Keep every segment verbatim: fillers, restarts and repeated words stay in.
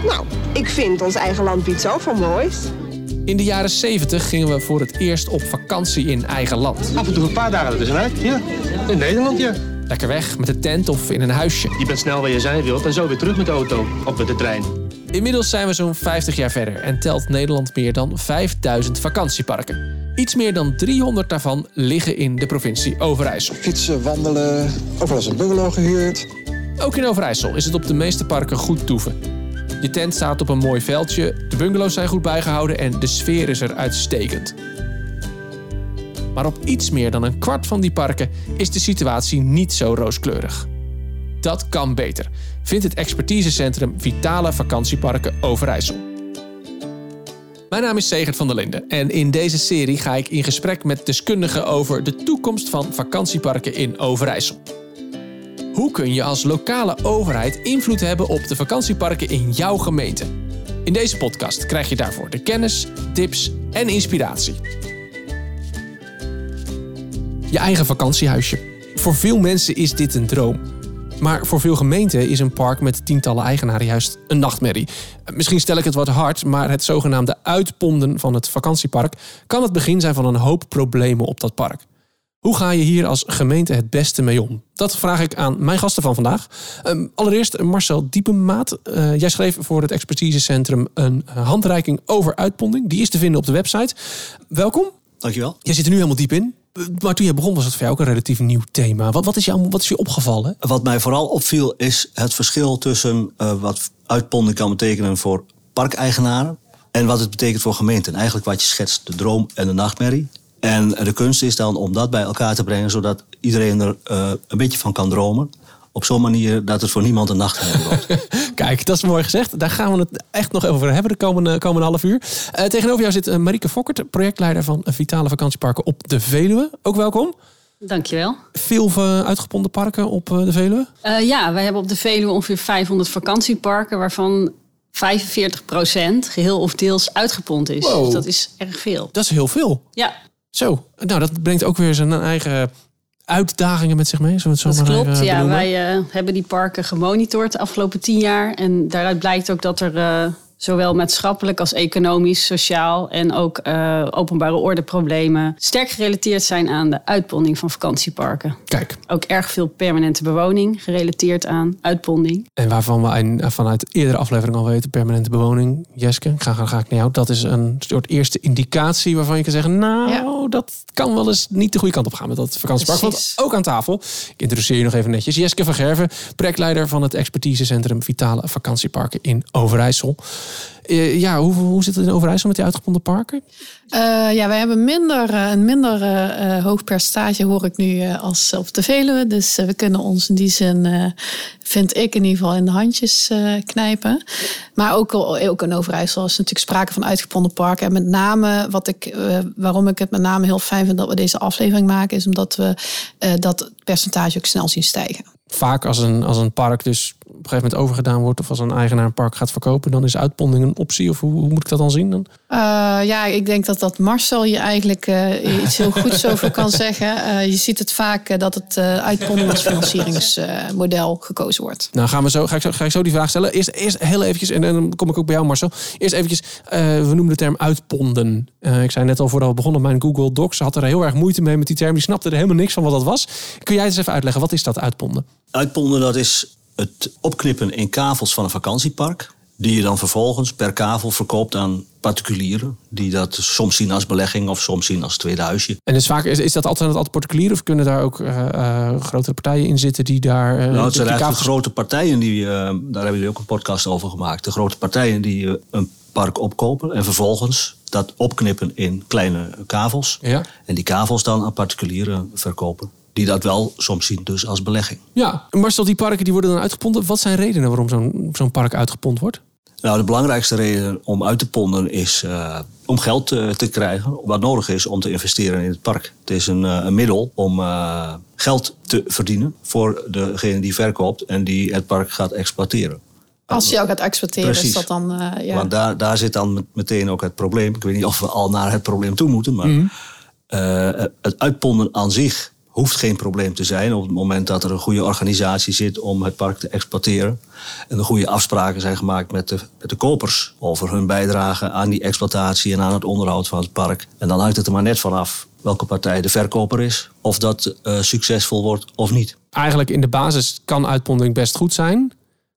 Nou, ik vind ons eigen land biedt zoveel moois. In de jaren zeventig gingen we voor het eerst op vakantie in eigen land. Af en toe een paar dagen ertussenuit, ja. In Nederland, ja. Lekker weg met de tent of in een huisje. Je bent snel waar je zijn wilt en zo weer terug met de auto of met de trein. Inmiddels zijn we zo'n vijftig jaar verder en telt Nederland meer dan vijfduizend vakantieparken. Iets meer dan driehonderd daarvan liggen in de provincie Overijssel. Fietsen, wandelen, overal is een bungalow gehuurd. Ook in Overijssel is het op de meeste parken goed toeven. Je tent staat op een mooi veldje, de bungalows zijn goed bijgehouden en de sfeer is er uitstekend. Maar op iets meer dan een kwart van die parken is de situatie niet zo rooskleurig. Dat kan beter, vindt het expertisecentrum Vitale Vakantieparken Overijssel. Mijn naam is Segert van der Linden en in deze serie ga ik in gesprek met deskundigen over de toekomst van vakantieparken in Overijssel. Hoe kun je als lokale overheid invloed hebben op de vakantieparken in jouw gemeente? In deze podcast krijg je daarvoor de kennis, tips en inspiratie. Je eigen vakantiehuisje. Voor veel mensen is dit een droom. Maar voor veel gemeenten is een park met tientallen eigenaren juist een nachtmerrie. Misschien stel ik het wat hard, maar het zogenaamde uitponden van het vakantiepark kan het begin zijn van een hoop problemen op dat park. Hoe ga je hier als gemeente het beste mee om? Dat vraag ik aan mijn gasten van vandaag. Um, allereerst Marcel Diepenmaat. Uh, jij schreef voor het expertisecentrum een handreiking over uitponding. Die is te vinden op de website. Welkom. Dankjewel. Jij zit er nu helemaal diep in. Maar toen je begon was het voor jou ook een relatief nieuw thema. Wat, wat, is, jou, wat is je opgevallen? Wat mij vooral opviel is het verschil tussen uh, wat uitponding kan betekenen voor parkeigenaren en wat het betekent voor gemeenten. Eigenlijk wat je schetst, de droom en de nachtmerrie. En de kunst is dan om dat bij elkaar te brengen, zodat iedereen er uh, een beetje van kan dromen. Op zo'n manier dat het voor niemand een nachtmerrie wordt. Kijk, dat is mooi gezegd. Daar gaan we het echt nog even over hebben de komende, komende half uur. Uh, tegenover jou zit uh, Marieke Fokkert, projectleider van Vitale Vakantieparken op de Veluwe. Ook welkom. Dankjewel. Veel uh, uitgeponden parken op uh, de Veluwe? Uh, ja, wij hebben op de Veluwe ongeveer vijfhonderd vakantieparken, waarvan vijfenveertig procent geheel of deels uitgepond is. Wow. Dus dat is erg veel. Dat is heel veel. Ja. Zo, nou dat brengt ook weer zijn eigen uitdagingen met zich mee. Zo het zo dat maar klopt, even ja. benoemen. Wij uh, hebben die parken gemonitord de afgelopen tien jaar. En daaruit blijkt ook dat er uh, zowel maatschappelijk als economisch, sociaal en ook uh, openbare ordeproblemen sterk gerelateerd zijn aan de uitponding van vakantieparken. Kijk. Ook erg veel permanente bewoning gerelateerd aan uitponding. En waarvan we een, vanuit eerdere aflevering al weten, permanente bewoning. Jeske, ga, ga, ga ik naar jou. Dat is een soort eerste indicatie waarvan je kan zeggen, nou, ja. dat kan wel eens niet de goede kant op gaan met dat vakantiepark. Precies. Want ook aan tafel, ik introduceer je nog even netjes, Jeske van Gerven, projectleider van het expertisecentrum Vitale Vakantieparken in Overijssel. Uh, ja, hoe, hoe zit het in Overijssel met die uitgeponden parken? Uh, ja, wij hebben minder, uh, een minder uh, hoog percentage, hoor ik nu, uh, als op de Veluwe. Dus uh, we kunnen ons in die zin, uh, vind ik in ieder geval, in de handjes uh, knijpen. Maar ook, ook in Overijssel is natuurlijk sprake van uitgeponden parken. En met name, wat ik, uh, waarom ik het met name heel fijn vind dat we deze aflevering maken, is omdat we uh, dat percentage ook snel zien stijgen. Vaak als een, als een park dus op een gegeven moment overgedaan wordt, of als een eigenaar een park gaat verkopen, dan is uitponding een optie. Of hoe, hoe moet ik dat dan zien dan? Uh, ja, ik denk dat dat Marcel je eigenlijk uh, iets heel goeds over kan zeggen. Uh, je ziet het vaak uh, dat het uh, uitponding als financieringsmodel uh, gekozen wordt. Nou, gaan we zo, ga, ik zo, ga ik zo die vraag stellen. Eerst, eerst heel eventjes, en dan kom ik ook bij jou, Marcel. Eerst eventjes, uh, we noemen de term uitponden. Uh, ik zei net al voordat we begonnen, mijn Google Docs had er heel erg moeite mee met die term. Die snapte er helemaal niks van wat dat was. Kun jij eens even uitleggen, wat is dat uitponden? Uitponden, dat is het opknippen in kavels van een vakantiepark, die je dan vervolgens per kavel verkoopt aan particulieren, die dat soms zien als belegging of soms zien als tweede huisje. En dus vaak, is, is dat altijd, altijd particulier of kunnen daar ook uh, uh, grotere partijen in zitten die daar... Uh, nou, het zijn eigenlijk kavels... de grote partijen, die, uh, daar hebben jullie ook een podcast over gemaakt. De grote partijen die uh, een park opkopen en vervolgens dat opknippen in kleine kavels. Ja. En die kavels dan aan particulieren verkopen. Die dat wel soms zien dus als belegging. Ja, Marcel, die parken die worden dan uitgeponden. Wat zijn redenen waarom zo'n, zo'n park uitgepond wordt? Nou, de belangrijkste reden om uit te ponden is uh, om geld uh, te krijgen. Wat nodig is om te investeren in het park. Het is een, uh, een middel om uh, geld te verdienen voor degene die verkoopt en die het park gaat exploiteren. Als je jou gaat exploiteren, Precies. is dat dan... Uh, ja. Want daar, daar zit dan meteen ook het probleem. Ik weet niet of we al naar het probleem toe moeten, maar mm-hmm. uh, het uitponden aan zich hoeft geen probleem te zijn op het moment dat er een goede organisatie zit om het park te exploiteren. En de goede afspraken zijn gemaakt met de, met de kopers over hun bijdrage aan die exploitatie en aan het onderhoud van het park. En dan hangt het er maar net vanaf welke partij de verkoper is, of dat uh, succesvol wordt of niet. Eigenlijk in de basis kan uitponding best goed zijn,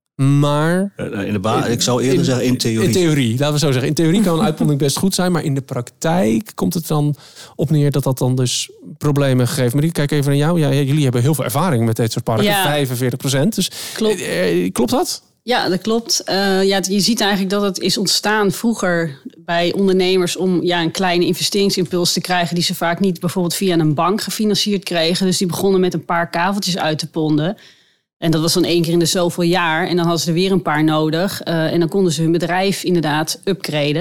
maar... In de ba- ik zou eerder in, zeggen in theorie. In theorie, laten we zo zeggen. In theorie kan een uitponding best goed zijn, maar in de praktijk komt het dan op neer dat dat dan dus problemen geeft. Marie, kijk even naar jou. Ja, jullie hebben heel veel ervaring met dit soort parken, ja. vijfenveertig procent. Dus klopt. Eh, klopt dat? Ja, dat klopt. Uh, ja, je ziet eigenlijk dat het is ontstaan vroeger bij ondernemers om ja, een kleine investeringsimpuls te krijgen die ze vaak niet bijvoorbeeld via een bank gefinancierd kregen. Dus die begonnen met een paar kaveltjes uit te ponden. En dat was dan één keer in de zoveel jaar. En dan hadden ze er weer een paar nodig. Uh, en dan konden ze hun bedrijf inderdaad upgraden.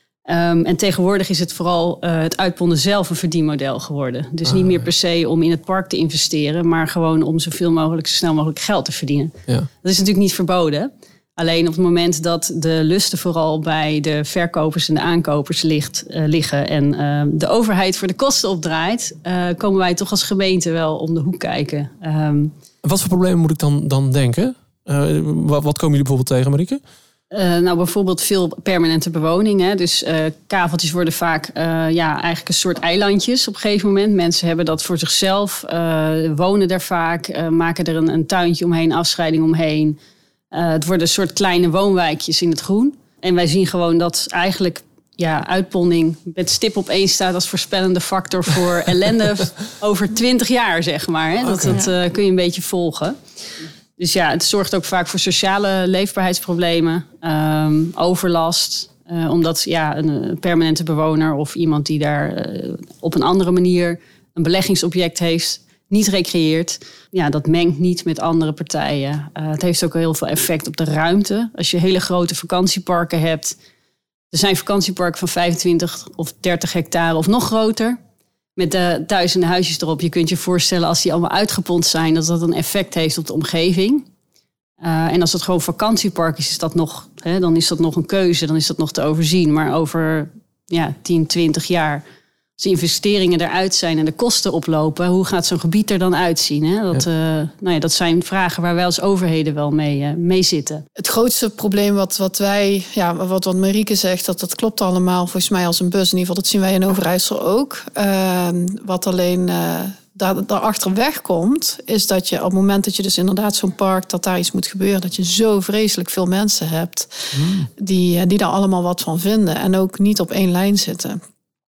Um, en tegenwoordig is het vooral uh, het uitponden zelf een verdienmodel geworden. Dus ah, niet meer per se om in het park te investeren, maar gewoon om zoveel mogelijk, zo snel mogelijk geld te verdienen. Ja. Dat is natuurlijk niet verboden. Alleen op het moment dat de lusten vooral bij de verkopers en de aankopers ligt, uh, liggen en uh, de overheid voor de kosten opdraait, uh, komen wij toch als gemeente wel om de hoek kijken. Um, Wat voor problemen moet ik dan, dan denken? Uh, wat, wat komen jullie bijvoorbeeld tegen, Marieke? Uh, nou, bijvoorbeeld veel permanente bewoning. Hè? Dus uh, kaveltjes worden vaak uh, ja, eigenlijk een soort eilandjes op een gegeven moment. Mensen hebben dat voor zichzelf, uh, wonen daar vaak, uh, maken er een, een tuintje omheen, afscheiding omheen. Uh, het worden een soort kleine woonwijkjes in het groen. En wij zien gewoon dat eigenlijk ja, uitponding met stip op één staat als voorspellende factor voor ellende over twintig jaar, zeg maar. Hè? Dat, okay. dat uh, kun je een beetje volgen. Dus ja, het zorgt ook vaak voor sociale leefbaarheidsproblemen, um, overlast. Uh, omdat ja, een, een permanente bewoner of iemand die daar uh, op een andere manier een beleggingsobject heeft, niet recreëert. Ja, dat mengt niet met andere partijen. Uh, het heeft ook heel veel effect op de ruimte. Als je hele grote vakantieparken hebt. Er zijn vakantieparken van vijfentwintig of dertig hectare of nog groter. Met de duizenden huisjes erop. Je kunt je voorstellen als die allemaal uitgepompt zijn, dat dat een effect heeft op de omgeving. Uh, en als het gewoon vakantiepark is, is dat nog, hè, dan is dat nog een keuze. Dan is dat nog te overzien. Maar over ja, tien, twintig jaar, als de investeringen eruit zijn en de kosten oplopen, hoe gaat zo'n gebied er dan uitzien? Hè? Dat, ja. Uh, nou ja, dat zijn vragen waar wij als overheden wel mee, uh, mee zitten. Het grootste probleem wat, wat wij, ja, wat, wat Marieke zegt, dat, dat klopt allemaal volgens mij als een bus. In ieder geval, dat zien wij in Overijssel ook. Uh, wat alleen uh, daar, daarachter wegkomt, is dat je op het moment dat je dus inderdaad zo'n park, dat daar iets moet gebeuren, dat je zo vreselijk veel mensen hebt hmm. die, die daar allemaal wat van vinden en ook niet op één lijn zitten.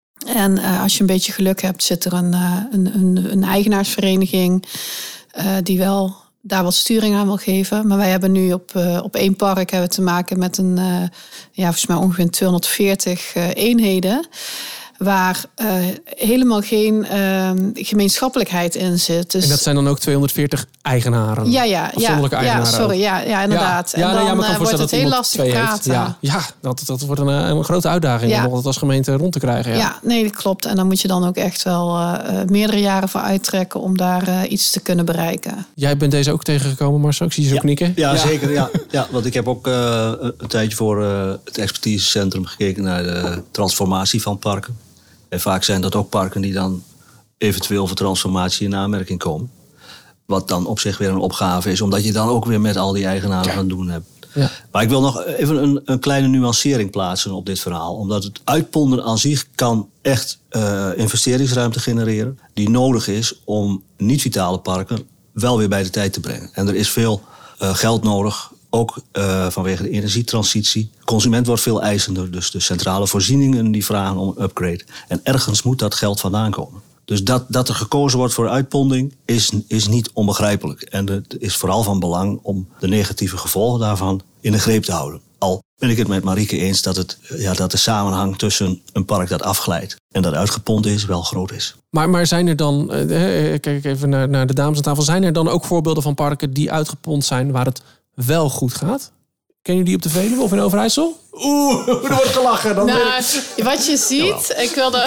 En uh, als je een beetje geluk hebt, zit er een, uh, een, een, een eigenaarsvereniging uh, die wel daar wat sturing aan wil geven. Maar wij hebben nu op, uh, op één park hebben we te maken met een, uh, ja, volgens mij ongeveer tweehonderdveertig uh, eenheden. Waar uh, helemaal geen uh, gemeenschappelijkheid in zit. Dus... En dat zijn dan ook tweehonderdveertig eigenaren? Ja, ja, ja, ja sorry, ja, ja, inderdaad. Ja, ja, en dan nou ja, uh, wordt het heel lastig praten. Ja, ja dat, dat wordt een, een grote uitdaging ja. om het als gemeente rond te krijgen. Ja. ja, nee, dat klopt. En dan moet je dan ook echt wel uh, meerdere jaren voor uittrekken om daar uh, iets te kunnen bereiken. Jij bent deze ook tegengekomen, Marcel? Ik zie je zo ja. knikken. Ja, ja. zeker. Ja. Ja, want ik heb ook uh, een tijdje voor uh, het expertisecentrum gekeken naar de transformatie van parken. En vaak zijn dat ook parken die dan eventueel voor transformatie in aanmerking komen. Wat dan op zich weer een opgave is, omdat je dan ook weer met al die eigenaren ja. aan doen hebt. Ja. Maar ik wil nog even een, een kleine nuancering plaatsen op dit verhaal. Omdat het uitponden aan zich kan echt uh, investeringsruimte genereren die nodig is om niet-vitale parken wel weer bij de tijd te brengen. En er is veel uh, geld nodig. Ook uh, vanwege de energietransitie. De consument wordt veel eisender. Dus de centrale voorzieningen die vragen om een upgrade. En ergens moet dat geld vandaan komen. Dus dat, dat er gekozen wordt voor uitponding is, is niet onbegrijpelijk. En het is vooral van belang om de negatieve gevolgen daarvan in de greep te houden. Al ben ik het met Marieke eens dat, het, ja, dat de samenhang tussen een park dat afglijdt en dat uitgepond is wel groot is. Maar, maar zijn er dan, eh, kijk even naar, naar de dames aan tafel, zijn er dan ook voorbeelden van parken die uitgepond zijn waar het wel goed gaat? Kennen jullie die op de Veluwe of in Overijssel? Oeh, er wordt gelachen. Dan Nou, wat je ziet, ik wilde...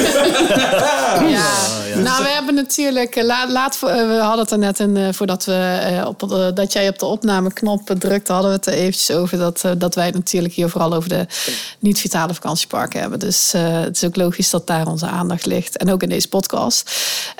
ja. ja. Nou, we hebben natuurlijk... Laat, laat, we hadden het er net in, uh, voordat we, uh, op, uh, dat jij op de opnameknop drukte, hadden we het er eventjes over dat, uh, dat wij het natuurlijk hier vooral over de niet-vitale vakantieparken hebben. Dus uh, het is ook logisch dat daar onze aandacht ligt. En ook in deze podcast.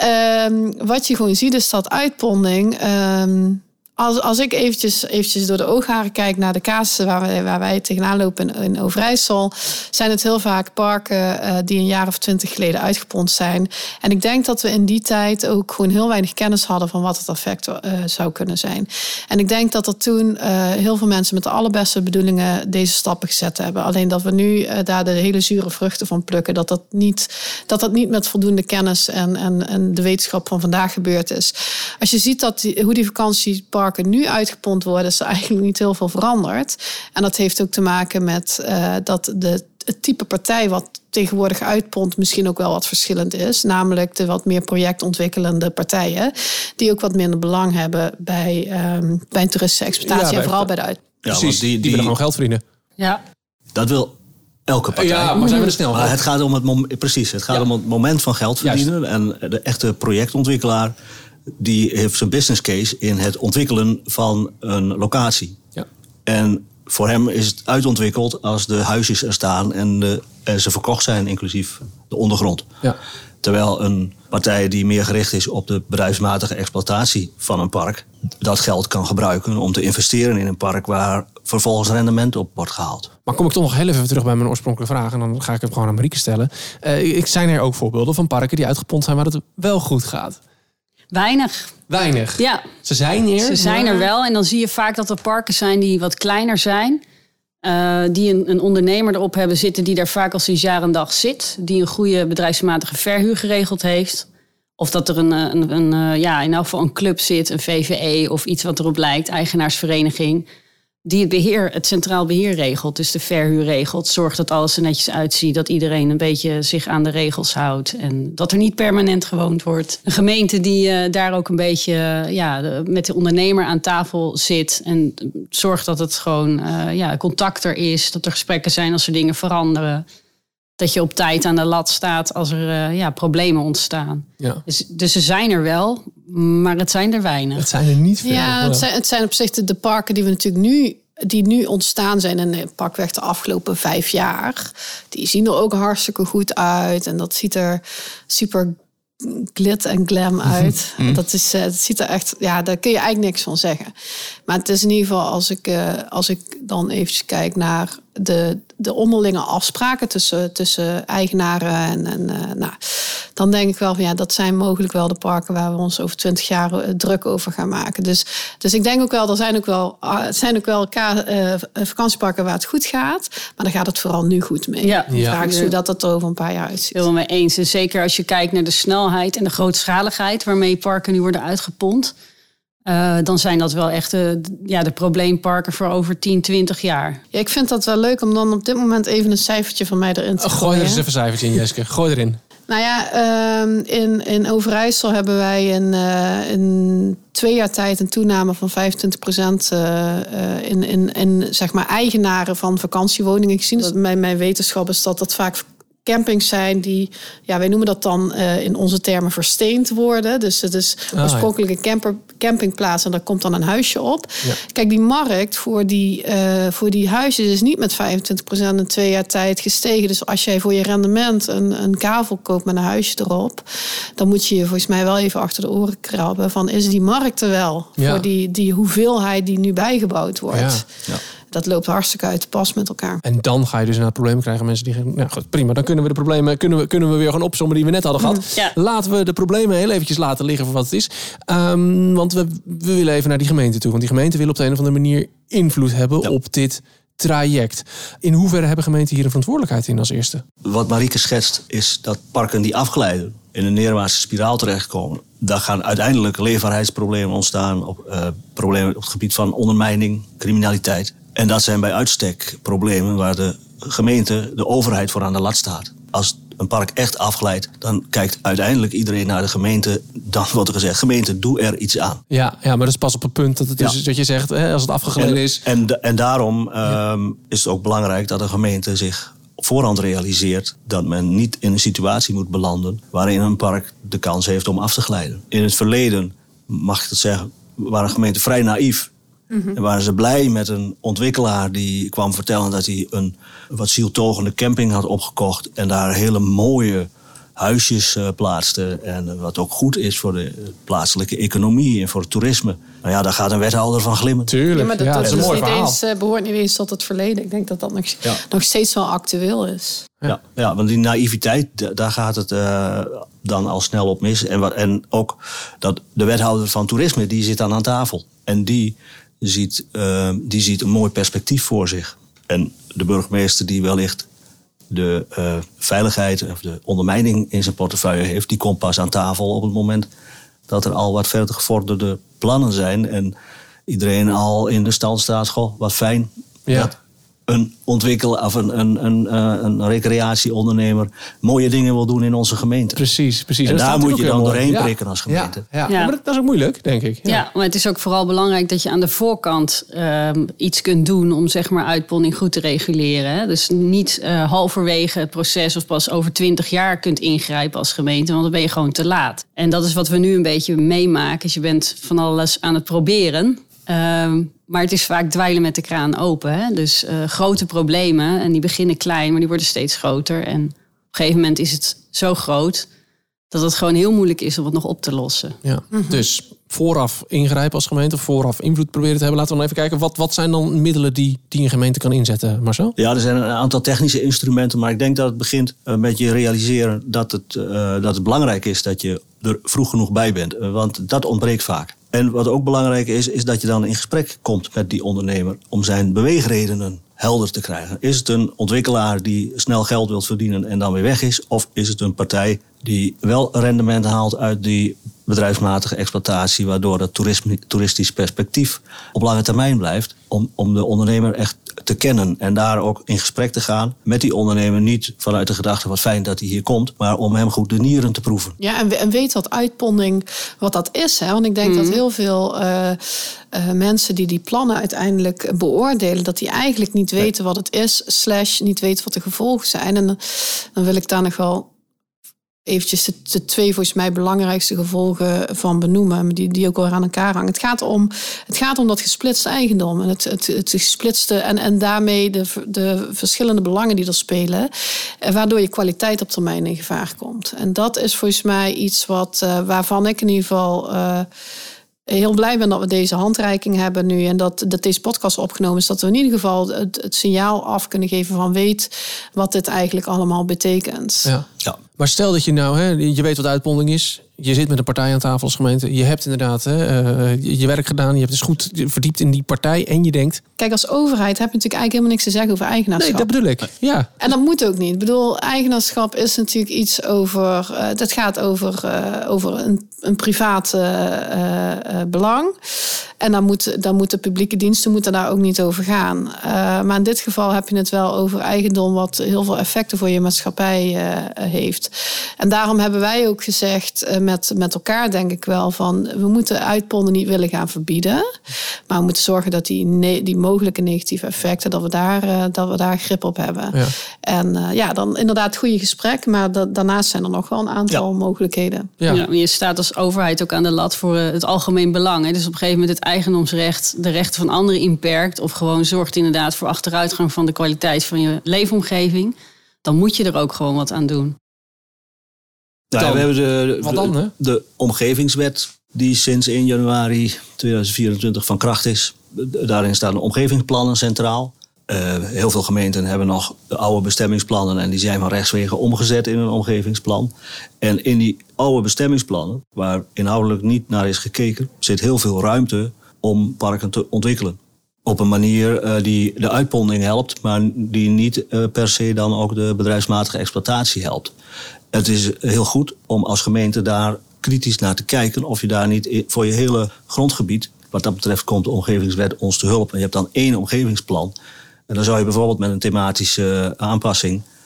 Um, wat je gewoon ziet is dat uitponding... Um, Als, als ik eventjes, eventjes door de oogharen kijk naar de casussen waar wij, waar wij tegenaan lopen in, in Overijssel, zijn het heel vaak parken uh, die een jaar of twintig geleden uitgepond zijn. En ik denk dat we in die tijd ook gewoon heel weinig kennis hadden van wat het effect uh, zou kunnen zijn. En ik denk dat er toen uh, heel veel mensen met de allerbeste bedoelingen deze stappen gezet hebben. Alleen dat we nu uh, daar de hele zure vruchten van plukken, dat dat niet, dat dat niet met voldoende kennis en, en, en de wetenschap van vandaag gebeurd is. Als je ziet dat die, hoe die vakantieparken nu uitgepond worden, is er eigenlijk niet heel veel veranderd. En dat heeft ook te maken met uh, dat de, het type partij wat tegenwoordig uitpont misschien ook wel wat verschillend is. Namelijk de wat meer projectontwikkelende partijen, die ook wat minder belang hebben bij, um, bij een toeristische exploitatie ja, en vooral bij de uit. Ja, Precies, want die, die, die die willen gewoon geld verdienen. Ja. Dat wil elke partij. Ja, maar zijn we er snel Maar het gaat om het mom- precies, het gaat Ja. om het moment van geld verdienen. Juist. En de echte projectontwikkelaar die heeft zijn business case in het ontwikkelen van een locatie. Ja. En voor hem is het uitontwikkeld als de huisjes er staan en, de, en ze verkocht zijn, inclusief de ondergrond. Ja. Terwijl een partij die meer gericht is op de bedrijfsmatige exploitatie van een park, dat geld kan gebruiken om te investeren in een park waar vervolgens rendement op wordt gehaald. Maar kom ik toch nog heel even terug bij mijn oorspronkelijke vraag en dan ga ik hem gewoon aan Marieke stellen. Uh, ik zijn er ook voorbeelden van parken die uitgepond zijn waar het wel goed gaat. Weinig. Weinig. Ja. Ze zijn er. Ze zijn er wel. En dan zie je vaak dat er parken zijn die wat kleiner zijn. Uh, die een, een ondernemer erop hebben zitten die daar vaak al sinds jaar en dag zit. Die een goede bedrijfsmatige verhuur geregeld heeft. Of dat er een, een, een, ja, in elk geval een club zit, een V V E of iets wat erop lijkt, eigenaarsvereniging. Die het beheer, het centraal beheer regelt, dus de verhuur regelt. Zorgt dat alles er netjes uitziet, dat iedereen een beetje zich aan de regels houdt. En dat er niet permanent gewoond wordt. Een gemeente die uh, daar ook een beetje uh, ja, de, met de ondernemer aan tafel zit. En zorgt dat het gewoon uh, ja, contact er is. Dat er gesprekken zijn als er dingen veranderen. Dat je op tijd aan de lat staat als er uh, ja, problemen ontstaan. Ja. Dus, dus ze zijn er wel, maar het zijn er weinig. Het zijn er niet veel. Ja, het zijn, het zijn op zich de, de parken die we natuurlijk nu, die nu ontstaan zijn in pakweg de afgelopen vijf jaar. Die zien er ook hartstikke goed uit. En dat ziet er super glit en glam uit. Mm-hmm. Dat is, het ziet er echt, ja, daar kun je eigenlijk niks van zeggen. Maar het is in ieder geval, als ik, uh, als ik dan eventjes kijk naar de, de onderlinge afspraken tussen, tussen eigenaren en, en uh, nou, dan denk ik wel van ja, dat zijn mogelijk wel de parken waar we ons over twintig jaar uh, druk over gaan maken. Dus, dus ik denk ook wel, er zijn ook wel, uh, zijn ook wel ka- uh, vakantieparken waar het goed gaat, maar dan gaat het vooral nu goed mee. Ja. De vraag is hoe dat het er over een paar jaar uitziet. Helemaal mee eens. En zeker als je kijkt naar de snelheid en de grootschaligheid waarmee parken nu worden uitgepond. Uh, dan zijn dat wel echt de, ja, de probleemparken voor over tien, twintig jaar. Ja, ik vind dat wel leuk om dan op dit moment even een cijfertje van mij erin te oh, gooien. Gooi er eens even een cijfertje in, Jeske. Gooi erin. Nou ja, um, in, in Overijssel hebben wij in, uh, in twee jaar tijd een toename van vijfentwintig procent uh, uh, in, in, in zeg maar eigenaren van vakantiewoningen gezien. Dus mijn, mijn wetenschap is dat dat vaak campings zijn die, ja, wij noemen dat dan uh, in onze termen versteend worden. Dus het is ah, oorspronkelijk een camper, campingplaats en daar komt dan een huisje op. Ja. Kijk, die markt voor die, uh, voor die huisjes is niet met vijfentwintig procent in twee jaar tijd gestegen. Dus als jij voor je rendement een, een kavel koopt met een huisje erop, dan moet je je volgens mij wel even achter de oren krabben van, is die markt er wel ja. voor die, die hoeveelheid die nu bijgebouwd wordt? Ja. Ja. Dat loopt hartstikke uit de pas met elkaar. En dan ga je dus inderdaad problemen krijgen. Mensen die zeggen, nou goed, prima, dan kunnen we de problemen kunnen we, kunnen we weer gaan opzommen die we net hadden gehad. Ja. Laten we de problemen heel eventjes laten liggen voor wat het is. Um, want we, we willen even naar die gemeente toe. Want die gemeente wil op de een of andere manier invloed hebben ja. op dit traject. In hoeverre hebben gemeenten hier een verantwoordelijkheid in als eerste? Wat Marieke schetst is dat parken die afglijden in een neerwaartse spiraal terechtkomen. Daar gaan uiteindelijk leefbaarheidsproblemen ontstaan. Op, uh, problemen op het gebied van ondermijning, criminaliteit. En dat zijn bij uitstek problemen waar de gemeente, de overheid voor aan de lat staat. Als een park echt afglijdt, dan kijkt uiteindelijk iedereen naar de gemeente. Dan wordt er gezegd, gemeente, doe er iets aan. Ja, ja, maar dat is pas op het punt dat het dus, Ja. dat je zegt, hè, als het afgegleden En, is. en, en daarom um, is het ook belangrijk dat de gemeente zich op voorhand realiseert dat men niet in een situatie moet belanden waarin een park de kans heeft om af te glijden. In het verleden, mag ik dat zeggen, waren gemeenten vrij naïef. Mm-hmm. En waren ze blij met een ontwikkelaar die kwam vertellen dat hij een wat zieltogende camping had opgekocht en daar hele mooie huisjes uh, plaatste. En uh, wat ook goed is voor de plaatselijke economie en voor het toerisme. Nou ja, daar gaat een wethouder van glimmen. Tuurlijk, Ja, maar dat, ja, dat dat is een mooi niet verhaal. eens, uh, behoort niet eens tot het verleden. Ik denk dat dat nog, Ja. nog steeds wel actueel is. Ja, ja, want die naïviteit, d- daar gaat het uh, dan al snel op mis. En, wa- en ook dat de wethouder van toerisme, die zit dan aan tafel. En die ziet, uh, die ziet een mooi perspectief voor zich. En de burgemeester die wellicht de uh, veiligheid of de ondermijning in zijn portefeuille heeft, die komt pas aan tafel op het moment dat er al wat verder gevorderde plannen zijn. En iedereen al in de stand staat, goh, wat fijn Ja. dat een ontwikkelaar of een, een, een, uh, een recreatieondernemer mooie dingen wil doen in onze gemeente. Precies, precies. En Dat daar staat moet ook je heel dan mooi. doorheen Ja. prikken als gemeente. Ja, ja. Ja. Ja, maar dat, dat is ook moeilijk, denk ik. Ja. Ja. maar het is ook vooral belangrijk dat je aan de voorkant uh, iets kunt doen om zeg maar uitponding goed te reguleren. Hè? Dus niet uh, halverwege het proces of pas over twintig jaar kunt ingrijpen als gemeente, want dan ben je gewoon te laat. En dat is wat we nu een beetje meemaken. Dus je bent van alles aan het proberen. Um, maar het is vaak dweilen met de kraan open. Hè? Dus uh, grote problemen, en die beginnen klein, maar die worden steeds groter. En op een gegeven moment is het zo groot dat het gewoon heel moeilijk is om het nog op te lossen. Ja. Mm-hmm. Dus vooraf ingrijpen als gemeente, vooraf invloed proberen te hebben. Laten we dan even kijken, wat, wat zijn dan middelen die, die een gemeente kan inzetten, Marcel? Ja, er zijn een aantal technische instrumenten, maar ik denk dat het begint met je realiseren dat het, uh, dat het belangrijk is dat je er vroeg genoeg bij bent. Want dat ontbreekt vaak. En wat ook belangrijk is, is dat je dan in gesprek komt met die ondernemer om zijn beweegredenen helder te krijgen. Is het een ontwikkelaar die snel geld wil verdienen en dan weer weg is? Of is het een partij die wel rendement haalt uit die bedrijfsmatige exploitatie, waardoor het toerisme, toeristisch perspectief op lange termijn blijft, om, om de ondernemer echt te kennen en daar ook in gesprek te gaan met die ondernemer, niet vanuit de gedachte wat fijn dat hij hier komt, maar om hem goed de nieren te proeven. Ja, en, en weet wat uitponding, wat dat is. Hè? Want ik denk mm. dat heel veel uh, uh, mensen die die plannen uiteindelijk beoordelen, dat die eigenlijk niet weten wat het is, slash niet weten wat de gevolgen zijn. En dan, dan wil ik daar nog wel eventjes de, de twee volgens mij belangrijkste gevolgen van benoemen, die, die ook wel aan elkaar hangen. Het gaat om, het gaat om dat gesplitste eigendom en het, het, het gesplitste en, en daarmee de, de verschillende belangen die er spelen, waardoor je kwaliteit op termijn in gevaar komt. En dat is volgens mij iets wat, uh, waarvan ik in ieder geval uh, heel blij ben dat we deze handreiking hebben nu en dat, dat deze podcast opgenomen is, dat we in ieder geval het, het signaal af kunnen geven van weet wat dit eigenlijk allemaal betekent. Ja. Ja. Maar stel dat je nou, hè, je weet wat uitponding is. Je zit met een partij aan tafel als gemeente. Je hebt inderdaad hè, uh, je werk gedaan. Je hebt dus goed verdiept in die partij. En je denkt... Kijk, als overheid heb je natuurlijk eigenlijk helemaal niks te zeggen over eigenaarschap. Nee, dat bedoel ik. Ja. En dat moet ook niet. Ik bedoel, eigenaarschap is natuurlijk iets over... Uh, dat gaat over, uh, over een, een privaat uh, uh, belang. En dan, moet, dan moeten publieke diensten moeten daar ook niet over gaan. Uh, maar in dit geval heb je het wel over eigendom wat heel veel effecten voor je maatschappij uh, heeft. En daarom hebben wij ook gezegd uh, met, met elkaar denk ik wel van we moeten uitponden niet willen gaan verbieden. Maar we moeten zorgen dat die, ne- die mogelijke negatieve effecten, dat we daar, uh, dat we daar grip op hebben. Ja. En uh, ja, dan inderdaad goede gesprek. Maar da- daarnaast zijn er nog wel een aantal ja. mogelijkheden. Ja. Ja, je staat als overheid ook aan de lat voor uh, het algemeen belang. Hè. Dus op een gegeven moment het eigendomsrecht de rechten van anderen inperkt of gewoon zorgt inderdaad voor achteruitgang van de kwaliteit van je leefomgeving, dan moet je er ook gewoon wat aan doen. Ja, Dan, we hebben de, wat dan, hè? de, de omgevingswet die sinds één januari tweeduizend vierentwintig van kracht is. Daarin staan de omgevingsplannen centraal. Uh, heel veel gemeenten hebben nog de oude bestemmingsplannen en die zijn van rechtswege omgezet in een omgevingsplan. En in die oude bestemmingsplannen, waar inhoudelijk niet naar is gekeken, zit heel veel ruimte om parken te ontwikkelen. Op een manier uh, die de uitponding helpt, maar die niet uh, per se dan ook de bedrijfsmatige exploitatie helpt. Het is heel goed om als gemeente daar kritisch naar te kijken of je daar niet voor je hele grondgebied, wat dat betreft komt de omgevingswet ons te hulp. En je hebt dan één omgevingsplan. En dan zou je bijvoorbeeld met een thematische aanpassing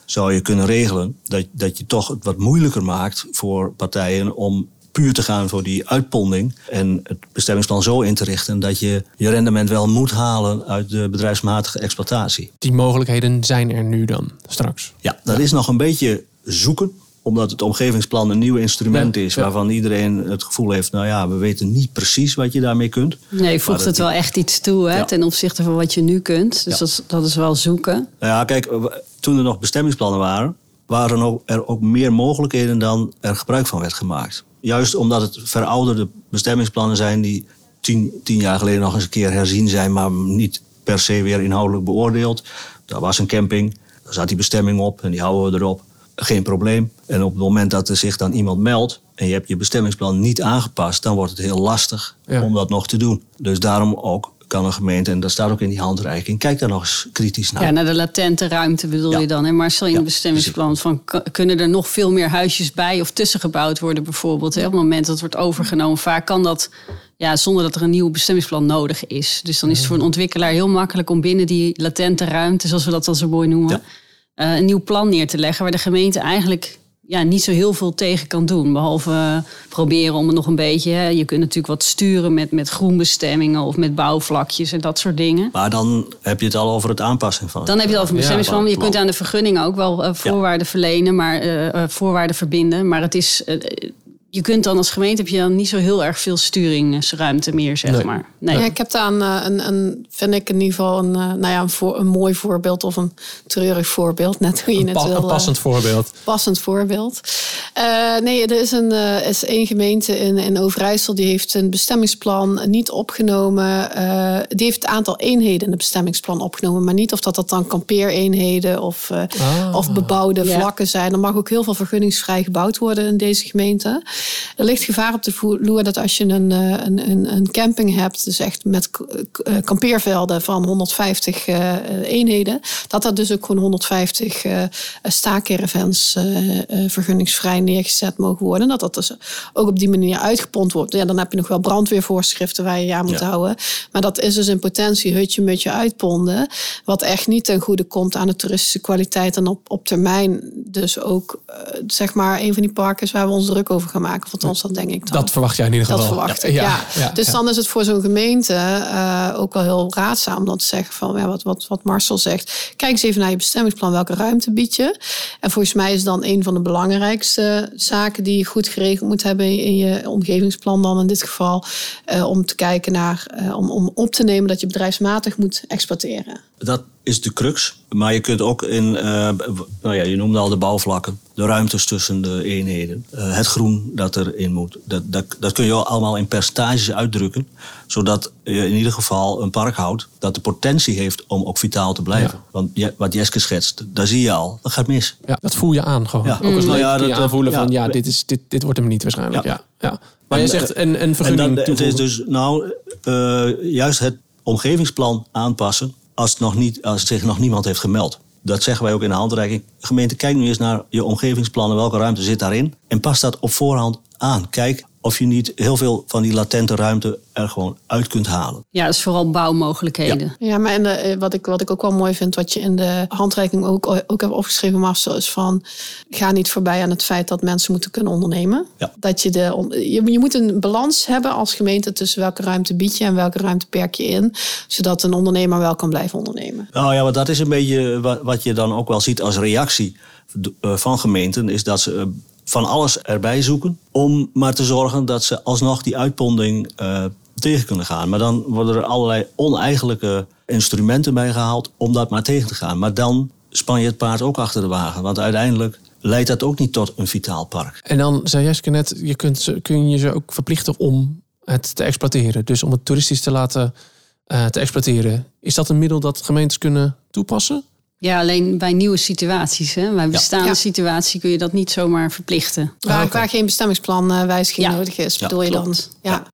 zou je kunnen regelen dat, dat je toch het wat moeilijker maakt voor partijen om puur te gaan voor die uitponding en het bestemmingsplan zo in te richten dat je je rendement wel moet halen uit de bedrijfsmatige exploitatie. Die mogelijkheden zijn er nu dan straks? Ja, dat is nog een beetje zoeken, omdat het omgevingsplan een nieuw instrument is waarvan iedereen het gevoel heeft, nou ja, we weten niet precies wat je daarmee kunt. Nee, voegt het wel echt iets toe hè, ja. ten opzichte van wat je nu kunt. Dus ja. dat, dat is wel zoeken. Nou ja, kijk, toen er nog bestemmingsplannen waren, waren er ook meer mogelijkheden dan er gebruik van werd gemaakt. Juist omdat het verouderde bestemmingsplannen zijn die tien, tien jaar geleden nog eens een keer herzien zijn, maar niet per se weer inhoudelijk beoordeeld. Daar was een camping, daar zat die bestemming op en die houden we erop. Geen probleem. En op het moment dat er zich dan iemand meldt en je hebt je bestemmingsplan niet aangepast, dan wordt het heel lastig ja. om dat nog te doen. Dus daarom ook kan een gemeente, en dat staat ook in die handreiking, kijk daar nog eens kritisch naar. Ja, naar de latente ruimte bedoel ja. je dan. Hè? Maar zal in ja, het bestemmingsplan van, kunnen er nog veel meer huisjes bij of tussen gebouwd worden bijvoorbeeld? Hè? Op het moment dat het wordt overgenomen, vaak kan dat ja, zonder dat er een nieuw bestemmingsplan nodig is. Dus dan is het voor een ontwikkelaar heel makkelijk om binnen die latente ruimte, zoals we dat dan zo mooi noemen, ja. uh, een nieuw plan neer te leggen waar de gemeente eigenlijk ja, niet zo heel veel tegen kan doen. Behalve uh, proberen om het nog een beetje. Hè, je kunt natuurlijk wat sturen met, met groenbestemmingen of met bouwvlakjes en dat soort dingen. Maar dan heb je het al over het aanpassen van. Dan heb je het al over een bestemmingsplan. Je kunt aan de vergunning ook wel uh, voorwaarden ja. verlenen, maar uh, voorwaarden verbinden. Maar het is. Uh, Je kunt dan als gemeente heb je dan niet zo heel erg veel sturingsruimte meer, zeg nee. maar. Nee. Ja, ik heb daar een, een, een, vind ik in ieder geval een, nou ja, een, voor, een mooi voorbeeld of een treurig voorbeeld. Net hoe je een het pa- wil. Een passend voorbeeld. Passend voorbeeld. Uh, nee, er is een, uh, is één gemeente in, in Overijssel die heeft een bestemmingsplan niet opgenomen. Uh, die heeft het aantal eenheden in het bestemmingsplan opgenomen, maar niet of dat, dat dan kampeereenheden of, uh, ah. of bebouwde ja. vlakken zijn. Er mag ook heel veel vergunningsvrij gebouwd worden in deze gemeente. Er ligt gevaar op de vloer dat als je een, een, een, een camping hebt, dus echt met kampeervelden van honderdvijftig uh, eenheden, dat dat dus ook gewoon honderdvijftig uh, staakcaravans uh, uh, vergunningsvrij neergezet mogen worden. Dat dat dus ook op die manier uitgepond wordt. Ja, dan heb je nog wel brandweervoorschriften waar je je aan moet ja. houden. Maar dat is dus in potentie hutje mutje uitponden, wat echt niet ten goede komt aan de toeristische kwaliteit en op, op termijn dus ook uh, zeg maar een van die parken waar we ons druk over gaan maken. Van ons, dat denk ik dan. Dat verwacht jij in ieder geval. Dat verwacht ik, ja. ja. ja dus ja. dan is het voor zo'n gemeente uh, ook wel heel raadzaam om dan te zeggen van ja, wat, wat, wat Marcel zegt. Kijk eens even naar je bestemmingsplan. Welke ruimte bied je? En volgens mij is dan een van de belangrijkste zaken die je goed geregeld moet hebben in je omgevingsplan dan in dit geval. Uh, om te kijken naar, uh, om, om op te nemen dat je bedrijfsmatig moet exploiteren. Dat is de crux. Maar je kunt ook in, uh, nou ja, je noemde al de bouwvlakken, de ruimtes tussen de eenheden, uh, het groen dat erin moet. Dat, dat, dat kun je allemaal in percentages uitdrukken, zodat je in ieder geval een park houdt dat de potentie heeft om ook vitaal te blijven. Ja. Want ja, wat Jeske schetst, daar zie je al, dat gaat mis. Ja, dat voel je aan gewoon. Ja. Ook als mm. ja, kun je aanvoelen ja, van ja, dit, is, dit, dit wordt hem niet waarschijnlijk. Ja. Ja. Ja. Maar en, je zegt een, een vergunning en dan, het is dus nou uh, juist het omgevingsplan aanpassen als, het nog niet, als zich nog niemand heeft gemeld. Dat zeggen wij ook in de handreiking. Gemeente, kijk nu eens naar je omgevingsplannen. Welke ruimte zit daarin? En pas dat op voorhand aan. Kijk of je niet heel veel van die latente ruimte er gewoon uit kunt halen. Ja, dat is vooral bouwmogelijkheden. Ja, ja maar en de, wat, ik, wat ik ook wel mooi vind, wat je in de handreiking ook, ook hebt opgeschreven, Marcel, is van ga niet voorbij aan het feit dat mensen moeten kunnen ondernemen. Ja. Dat je, de, je, je moet een balans hebben als gemeente tussen welke ruimte bied je en welke ruimte perk je in, zodat een ondernemer wel kan blijven ondernemen. Nou ja, maar dat is een beetje wat je dan ook wel ziet als reactie van gemeenten, is dat ze van alles erbij zoeken om maar te zorgen dat ze alsnog die uitponding uh, tegen kunnen gaan. Maar dan worden er allerlei oneigenlijke instrumenten bij gehaald om dat maar tegen te gaan. Maar dan span je het paard ook achter de wagen. Want uiteindelijk leidt dat ook niet tot een vitaal park. En dan zei Jeske net, je kunt, kun je ze ook verplichten om het te exploiteren. Dus om het toeristisch te laten uh, te exploiteren. Is dat een middel dat gemeentes kunnen toepassen? Ja, alleen bij nieuwe situaties. Hè? Bij bestaande ja. situatie kun je dat niet zomaar verplichten. Waar, ah, okay. waar geen bestemmingsplanwijziging ja. nodig is, bedoel ja, je dan? Ja. Ja.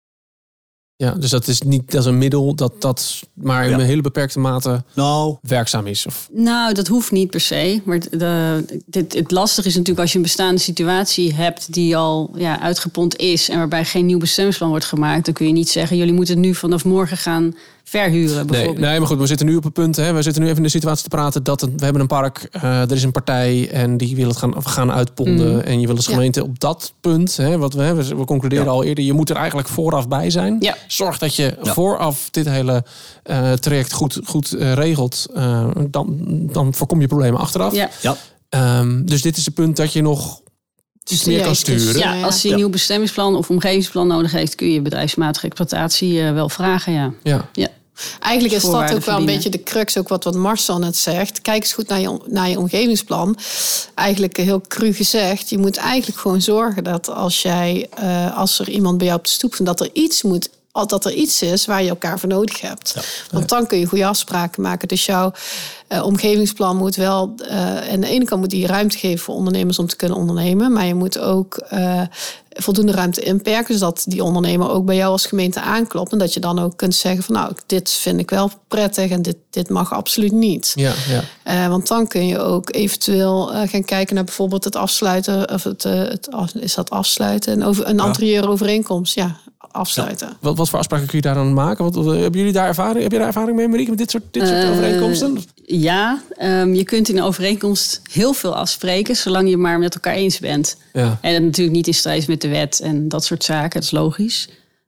ja, dus dat is niet dat is een middel dat, dat maar in ja. een hele beperkte mate nou. werkzaam is. Of? Nou, dat hoeft niet per se. Maar de, dit, het lastige is natuurlijk als je een bestaande situatie hebt die al ja, uitgepond is en waarbij geen nieuw bestemmingsplan wordt gemaakt, dan kun je niet zeggen, jullie moeten het nu vanaf morgen gaan verhuren bijvoorbeeld. Nee, nee, maar goed, we zitten nu op het punt. Hè, we zitten nu even in de situatie te praten dat een, we hebben een park. Uh, er is een partij en die wil het gaan, gaan uitponden. Mm. En je wil als gemeente ja. op dat punt, hè, wat we hebben, we concluderen ja. al eerder, je moet er eigenlijk vooraf bij zijn. Ja. Zorg dat je ja. vooraf dit hele uh, traject goed, goed uh, regelt. Uh, dan, dan voorkom je problemen achteraf. Ja. Ja. Um, dus dit is het punt dat je nog iets meer kan sturen. Ja, als je een ja. nieuw bestemmingsplan of omgevingsplan nodig heeft, kun je bedrijfsmatige exploitatie uh, wel vragen. Ja. Ja. ja. Eigenlijk is dat ook wel een beetje de crux, ook wat, wat Marcel net zegt. Kijk eens goed naar je, naar je omgevingsplan. Eigenlijk heel cru gezegd, je moet eigenlijk gewoon zorgen dat als jij, uh, als er iemand bij jou op de stoep vindt, dat er iets moet, dat er iets is waar je elkaar voor nodig hebt. Ja. Want dan kun je goede afspraken maken. Dus jouw uh, omgevingsplan moet wel, uh, aan de ene kant moet die ruimte geven voor ondernemers om te kunnen ondernemen, maar je moet ook uh, voldoende ruimte inperken, zodat die ondernemer ook bij jou als gemeente aanklopt en dat je dan ook kunt zeggen van nou, dit vind ik wel prettig en dit, dit mag absoluut niet. Ja, ja. Uh, want dan kun je ook eventueel uh, gaan kijken naar bijvoorbeeld het afsluiten, of het, uh, het is dat afsluiten, een, over, een ja. anterieurovereenkomst, ja. afsluiten. Ja. Wat, wat voor afspraken kun je daar dan maken? Wat, hebben jullie daar ervaring? Heb je daar ervaring mee, Marieke, met dit soort, dit soort uh, overeenkomsten? Ja, um, je kunt in een overeenkomst heel veel afspreken, zolang je maar met elkaar eens bent. Ja. En dat natuurlijk niet in strijd is met de wet en dat soort zaken, dat is logisch.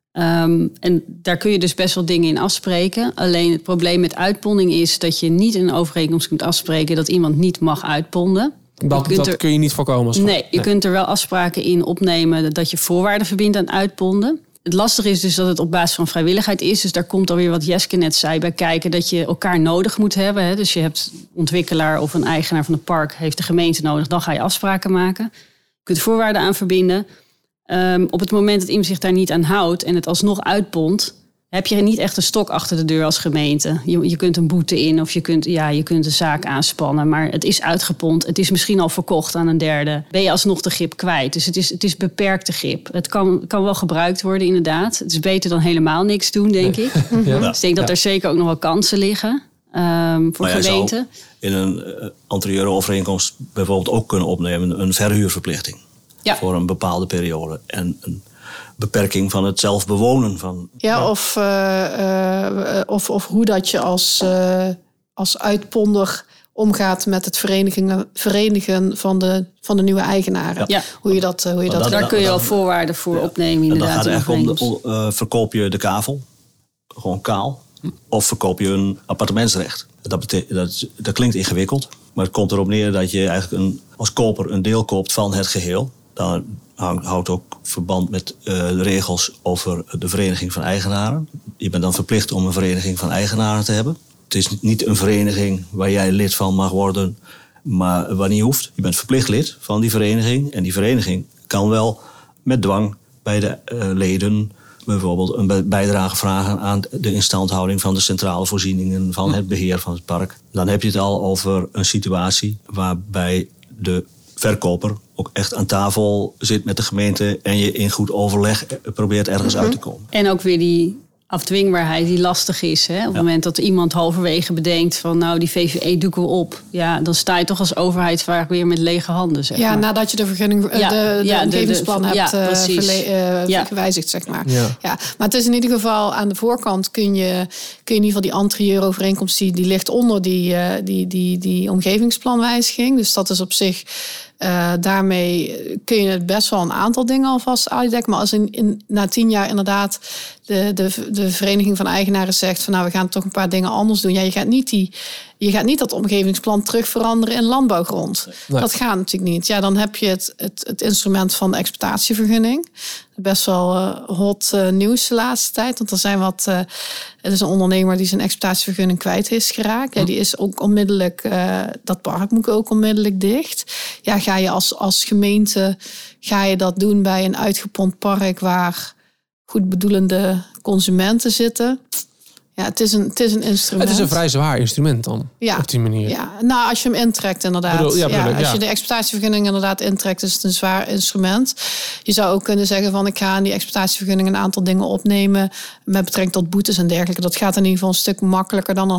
Um, en daar kun je dus best wel dingen in afspreken. Alleen het probleem met uitponding is dat je niet in een overeenkomst kunt afspreken dat iemand niet mag uitponden. Dat, dat er, kun je niet voorkomen. Als nee, je nee. kunt er wel afspraken in opnemen dat je voorwaarden verbindt aan uitponden. Het lastige is dus dat het op basis van vrijwilligheid is. Dus daar komt alweer wat Jeske net zei bij kijken, dat je elkaar nodig moet hebben. Hè. Dus je hebt ontwikkelaar of een eigenaar van het park heeft de gemeente nodig. Dan ga je afspraken maken. Je kunt voorwaarden aan verbinden. Um, op het moment dat iemand zich daar niet aan houdt en het alsnog uitpondt, heb je niet echt een stok achter de deur als gemeente. Je, je kunt een boete in of je kunt, ja, je kunt een zaak aanspannen. Maar het is uitgepond. Het is misschien al verkocht aan een derde. Ben je alsnog de grip kwijt. Dus het is, het is beperkte grip. Het kan, kan wel gebruikt worden inderdaad. Het is beter dan helemaal niks doen, denk ik. Ja. Dus ik denk dat er zeker ook nog wel kansen liggen. Um, voor gemeenten. In een uh, anterieure overeenkomst bijvoorbeeld ook kunnen opnemen een verhuurverplichting. Ja. Voor een bepaalde periode. En een beperking van het zelf bewonen. Van, ja, ja. Of, uh, uh, of, of hoe dat je als, uh, als uitponder omgaat met het verenigen, verenigen van, de, van de nieuwe eigenaren. Ja. Hoe je dat, hoe je dat, dat Daar kun je al voorwaarden voor ja. opnemen. Inderdaad, en dan gaat het eigenlijk om, de, uh, verkoop je de kavel, gewoon kaal, hm. of verkoop je een appartementsrecht. Dat, betekent, dat, dat klinkt ingewikkeld, maar het komt erop neer dat je eigenlijk een, als koper een deel koopt van het geheel. Dan houdt ook verband met uh, de regels over de vereniging van eigenaren. Je bent dan verplicht om een vereniging van eigenaren te hebben. Het is niet een vereniging waar jij lid van mag worden, maar waar niet hoeft. Je bent verplicht lid van die vereniging. En die vereniging kan wel met dwang bij de uh, leden bijvoorbeeld een bijdrage vragen aan de instandhouding van de centrale voorzieningen, van het beheer van het park. Dan heb je het al over een situatie waarbij de verkoper ook echt aan tafel zit met de gemeente en je in goed overleg probeert ergens mm-hmm. uit te komen. En ook weer die afdwingbaarheid die lastig is. Hè? Op het ja. moment dat iemand halverwege bedenkt van nou die V V E doeken we op. Ja, dan sta je toch als overheid vaak weer met lege handen. Zeg ja, maar. nadat je de vergunning, ja, de, de ja, omgevingsplan de, de, hebt ja, verle, uh, ja. gewijzigd, zeg maar. Ja. Ja. Maar het is in ieder geval aan de voorkant kun je, kun je in ieder geval die anterieure overeenkomst die, die ligt onder die, uh, die, die, die omgevingsplanwijziging. Dus dat is op zich. Uh, daarmee kun je het best wel een aantal dingen alvast uitdekken. Maar als in, in, na tien jaar inderdaad de, de, de vereniging van eigenaren zegt van nou, we gaan toch een paar dingen anders doen. Ja, je gaat niet, die, je gaat niet dat omgevingsplan terug veranderen in landbouwgrond. Nee. Dat gaat natuurlijk niet. Ja, dan heb je het, het, het instrument van de exploitatievergunning. Best wel uh, hot uh, nieuws de laatste tijd. Want er zijn wat. Uh, er is een ondernemer die zijn exploitatievergunning kwijt is geraakt. Ja, die is ook onmiddellijk. Uh, dat park moet ook onmiddellijk dicht. Ja, ga je als, als gemeente. Ga je dat doen bij een uitgepond park waar goed bedoelende consumenten zitten? Ja, het is een, het is een instrument. Het is een vrij zwaar instrument dan, ja, op die manier. Ja, nou, als je hem intrekt inderdaad. Bedoel, ja, bedoel, ja, als ja. je de exploitatievergunning inderdaad intrekt, is het een zwaar instrument. Je zou ook kunnen zeggen van ik ga in die exploitatievergunning een aantal dingen opnemen met betrekking tot boetes en dergelijke. Dat gaat in ieder geval een stuk makkelijker dan een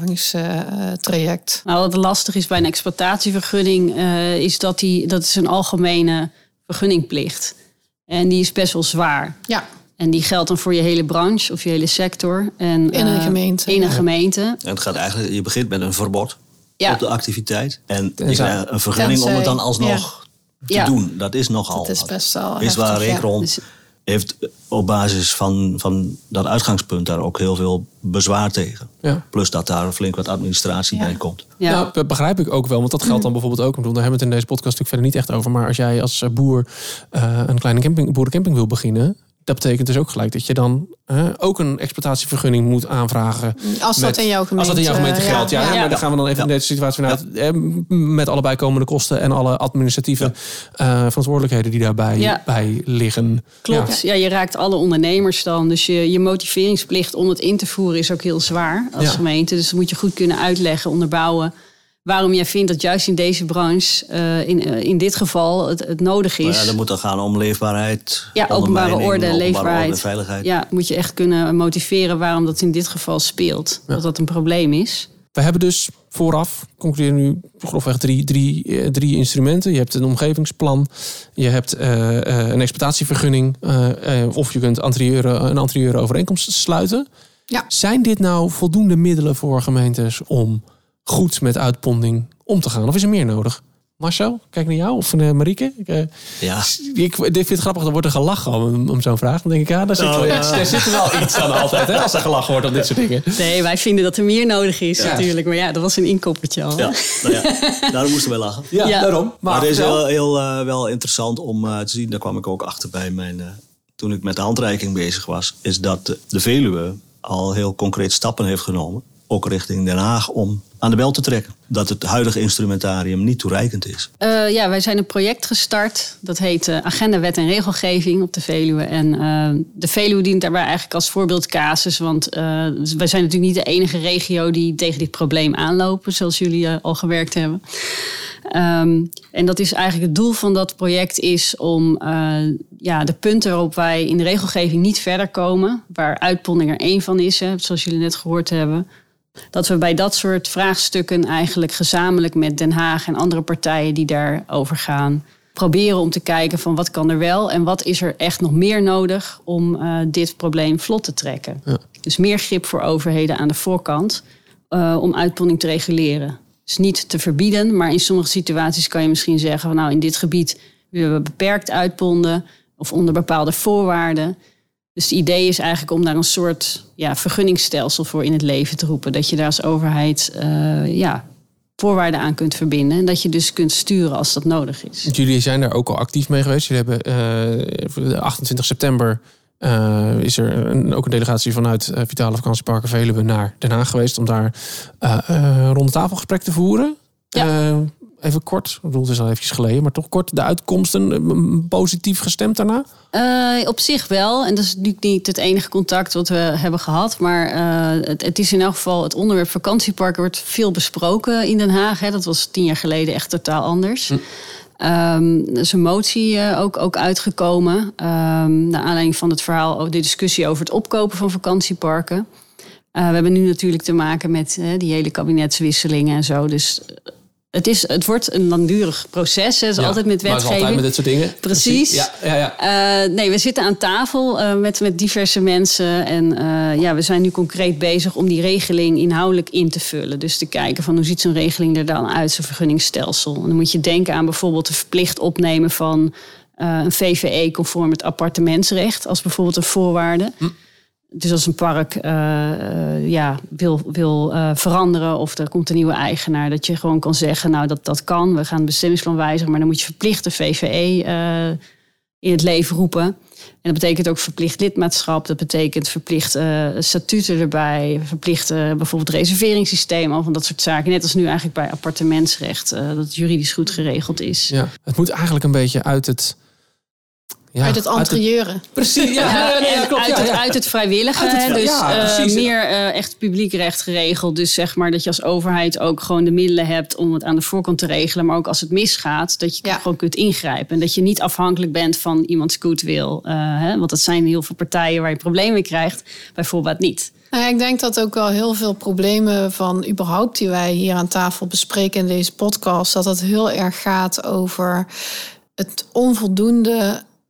handhavingstraject. Nou, wat lastig is bij een exploitatievergunning uh, is dat die, dat is een algemene vergunningplicht. En die is best wel zwaar. Ja. En die geldt dan voor je hele branche of je hele sector. En, In een uh, gemeente. In een ja. gemeente. En het gaat eigenlijk, je begint met een verbod Ja. op de activiteit. En je Tenzij- krijgt een vergunning om het dan alsnog te Ja. doen. Dat is nogal. Dat is best wel Is waar heftig, ja. Recron Dus- heeft op basis van, van dat uitgangspunt daar ook heel veel bezwaar tegen. Ja. Plus dat daar flink wat administratie Ja. bij komt. Ja. Nou, dat begrijp ik ook wel. Want dat geldt dan bijvoorbeeld ook. Ik bedoel, daar hebben we het in deze podcast natuurlijk verder niet echt over. Maar als jij als boer uh, een kleine camping, boerencamping wil beginnen... dat betekent dus ook gelijk dat je dan uh, ook een exploitatievergunning moet aanvragen. Als dat met- in jouw gemeente, Als dat in jouw gemeente uh, geldt, ja. ja. ja. Ja. Maar dan gaan we dan even Ja. in deze situatie vanuit. eh, Met alle bijkomende kosten en alle administratieve uh, verantwoordelijkheden die daarbij Ja. bij liggen. Klopt, ja. ja, je raakt alle ondernemers dan. Dus je, je motiveringsplicht om het in te voeren is ook heel zwaar als Ja. gemeente. Dus dat moet je goed kunnen uitleggen, onderbouwen... waarom jij vindt dat juist in deze branche, uh, in, uh, in dit geval, het, het nodig is. Maar ja, dan moet dan gaan om leefbaarheid. Ja, openbare ondermijning, orde, openbare leefbaarheid. orde, veiligheid. Ja, moet je echt kunnen motiveren waarom dat in dit geval speelt. Ja. Dat dat een probleem is. We hebben dus vooraf, concluderen nu grofweg drie, drie, eh, drie instrumenten. Je hebt een omgevingsplan, je hebt uh, uh, een exploitatievergunning... Uh, uh, of je kunt anterieure, een anterieure overeenkomst sluiten. Ja. Zijn dit nou voldoende middelen voor gemeentes om goed met uitponding om te gaan? Of is er meer nodig? Marcel, kijk naar jou. Of uh, Marieke. Ik, uh, Ja. ik, ik vind het grappig, er wordt er gelachen om, om zo'n vraag. Dan denk ik, ja, daar zit, Nou, wel, ja. iets, daar zit er wel iets aan altijd. Hè, als er gelachen wordt om dit soort dingen. Nee, wij vinden dat er meer nodig is Ja. natuurlijk. Maar ja, dat was een inkoppertje al. hè? Ja, nou ja, daar moesten wij lachen. Ja, Ja. daarom. Maar het is vertel. heel, heel uh, wel interessant om uh, te zien. Daar kwam ik ook achter bij mijn... Uh, toen ik met de handreiking bezig was. Is dat de, de Veluwe al heel concreet stappen heeft genomen. Ook richting Den Haag om aan de bel te trekken. Dat het huidige instrumentarium niet toereikend is. Uh, ja, wij zijn een project gestart. Dat heet uh, Agenda Wet en Regelgeving op de Veluwe. En uh, de Veluwe dient daarbij eigenlijk als voorbeeldcasus. Want uh, wij zijn natuurlijk niet de enige regio die tegen dit probleem aanlopen. Zoals jullie uh, al gewerkt hebben. Um, en dat is eigenlijk het doel van dat project is om uh, ja, de punten waarop wij in de regelgeving niet verder komen. Waar uitponding er één van is, hè, zoals jullie net gehoord hebben. Dat we bij dat soort vraagstukken eigenlijk gezamenlijk met Den Haag en andere partijen die daarover gaan, proberen om te kijken van wat kan er wel en wat is er echt nog meer nodig om uh, dit probleem vlot te trekken. Ja. Dus meer grip voor overheden aan de voorkant uh, om uitponding te reguleren. Dus niet te verbieden, maar in sommige situaties kan je misschien zeggen van nou in dit gebied willen we beperkt uitponden of onder bepaalde voorwaarden. Dus het idee is eigenlijk om daar een soort ja, vergunningsstelsel voor in het leven te roepen. Dat je daar als overheid uh, ja, voorwaarden aan kunt verbinden. En dat je dus kunt sturen als dat nodig is. Jullie zijn daar ook al actief mee geweest. Jullie hebben uh, achtentwintig september uh, is er een, ook een delegatie vanuit uh, Vitale Vakantieparken Veluwe naar Den Haag geweest. Om daar uh, uh, rond de tafelgesprek te voeren. Ja. Uh, even kort, ik bedoel, het is al eventjes geleden, maar toch kort de uitkomsten, positief gestemd daarna? Uh, op zich wel. En dat is natuurlijk niet het enige contact wat we hebben gehad. Maar uh, het, het is in elk geval het onderwerp vakantieparken wordt veel besproken in Den Haag. Hè. Dat was tien jaar geleden echt totaal anders. Hm. Um, er is een motie uh, ook, ook uitgekomen. Um, naar aanleiding van het verhaal over de discussie over het opkopen van vakantieparken. Uh, we hebben nu natuurlijk te maken met uh, die hele kabinetswisselingen en zo. Dus Het, is, het wordt een langdurig proces. Hè. Het is ja, altijd met wetgeving. Maar het is altijd met dit soort dingen. Precies. Ja, ja, ja. Uh, nee, we zitten aan tafel uh, met, met diverse mensen. En uh, ja, we zijn nu concreet bezig om die regeling inhoudelijk in te vullen. Dus te kijken van hoe ziet zo'n regeling er dan uit, zo'n vergunningsstelsel. En dan moet je denken aan bijvoorbeeld het verplicht opnemen van uh, een V V E conform het appartementsrecht. Als bijvoorbeeld een voorwaarde. Hm. Dus als een park uh, uh, ja, wil, wil uh, veranderen of er komt een nieuwe eigenaar, dat je gewoon kan zeggen, nou dat, dat kan, we gaan het bestemmingsplan wijzigen, maar dan moet je verplicht de V V E uh, in het leven roepen. En dat betekent ook verplicht lidmaatschap, dat betekent verplicht uh, statuten erbij, verplicht uh, bijvoorbeeld reserveringssysteem, al van dat soort zaken. Net als nu eigenlijk bij appartementsrecht, uh, dat het juridisch goed geregeld is. Ja, het moet eigenlijk een beetje uit het... Ja, uit het interieuren. Het... Precies, ja. ja, ja, ja, klopt, uit, ja, het, ja. uit het vrijwillige. Uit het, dus ja, uh, meer uh, echt publiekrecht geregeld. Dus zeg maar dat je als overheid ook gewoon de middelen hebt om het aan de voorkant te regelen. Maar ook als het misgaat, dat je ja. gewoon kunt ingrijpen. En dat je niet afhankelijk bent van iemands goodwill. Uh, hè? Want dat zijn heel veel partijen waar je problemen mee krijgt. Bijvoorbeeld niet. Nou ja, ik denk dat ook wel heel veel problemen van überhaupt die wij hier aan tafel bespreken in deze podcast, dat het heel erg gaat over het onvoldoende